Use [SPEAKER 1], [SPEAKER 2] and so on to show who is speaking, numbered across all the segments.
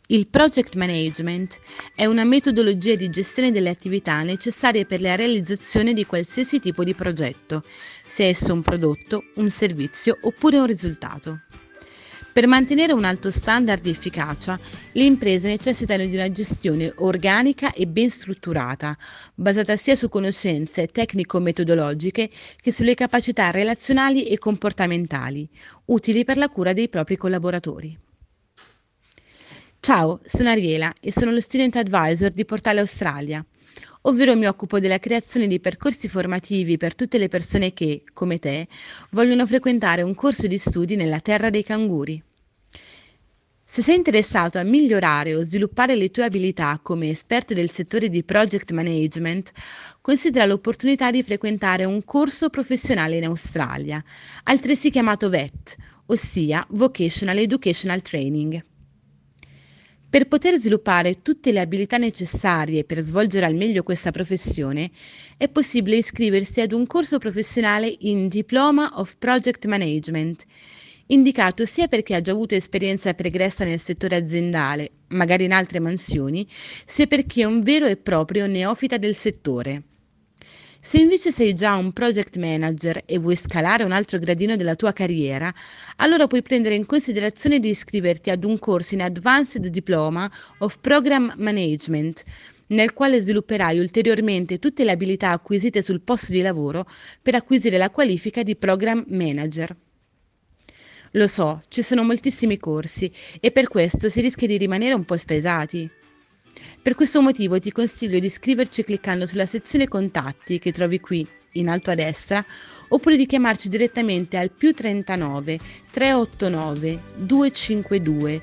[SPEAKER 1] Il project management è una metodologia di gestione delle attività necessarie per la realizzazione di qualsiasi tipo di progetto, sia esso un prodotto, un servizio oppure un risultato. Per mantenere un alto standard di efficacia, le imprese necessitano di una gestione organica e ben strutturata, basata sia su conoscenze tecnico-metodologiche che sulle capacità relazionali e comportamentali, utili per la cura dei propri collaboratori. Ciao, sono Ariela e sono lo Student Advisor di Portale Australia, ovvero mi occupo della creazione di percorsi formativi per tutte le persone che, come te, vogliono frequentare un corso di studi nella terra dei canguri. Se sei interessato a migliorare o sviluppare le tue abilità come esperto del settore di project management, considera l'opportunità di frequentare un corso professionale in Australia, altresì chiamato VET, ossia Vocational Educational Training. Per poter sviluppare tutte le abilità necessarie per svolgere al meglio questa professione, è possibile iscriversi ad un corso professionale in Diploma of Project Management, indicato sia per chi ha già avuto esperienza pregressa nel settore aziendale, magari in altre mansioni, sia per chi è un vero e proprio neofita del settore. Se invece sei già un project manager e vuoi scalare un altro gradino della tua carriera, allora puoi prendere in considerazione di iscriverti ad un corso in Advanced Diploma of Program Management, nel quale svilupperai ulteriormente tutte le abilità acquisite sul posto di lavoro per acquisire la qualifica di Program Manager. Lo so, ci sono moltissimi corsi e per questo si rischia di rimanere un po' spesati. Per questo motivo ti consiglio di iscriverci cliccando sulla sezione Contatti che trovi qui in alto a destra oppure di chiamarci direttamente al +39 389 252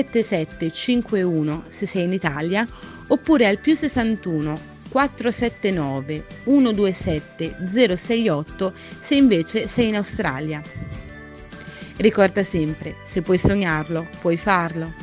[SPEAKER 1] 7751 se sei in Italia oppure al +61 479 127 068 se invece sei in Australia. Ricorda sempre, se puoi sognarlo, puoi farlo.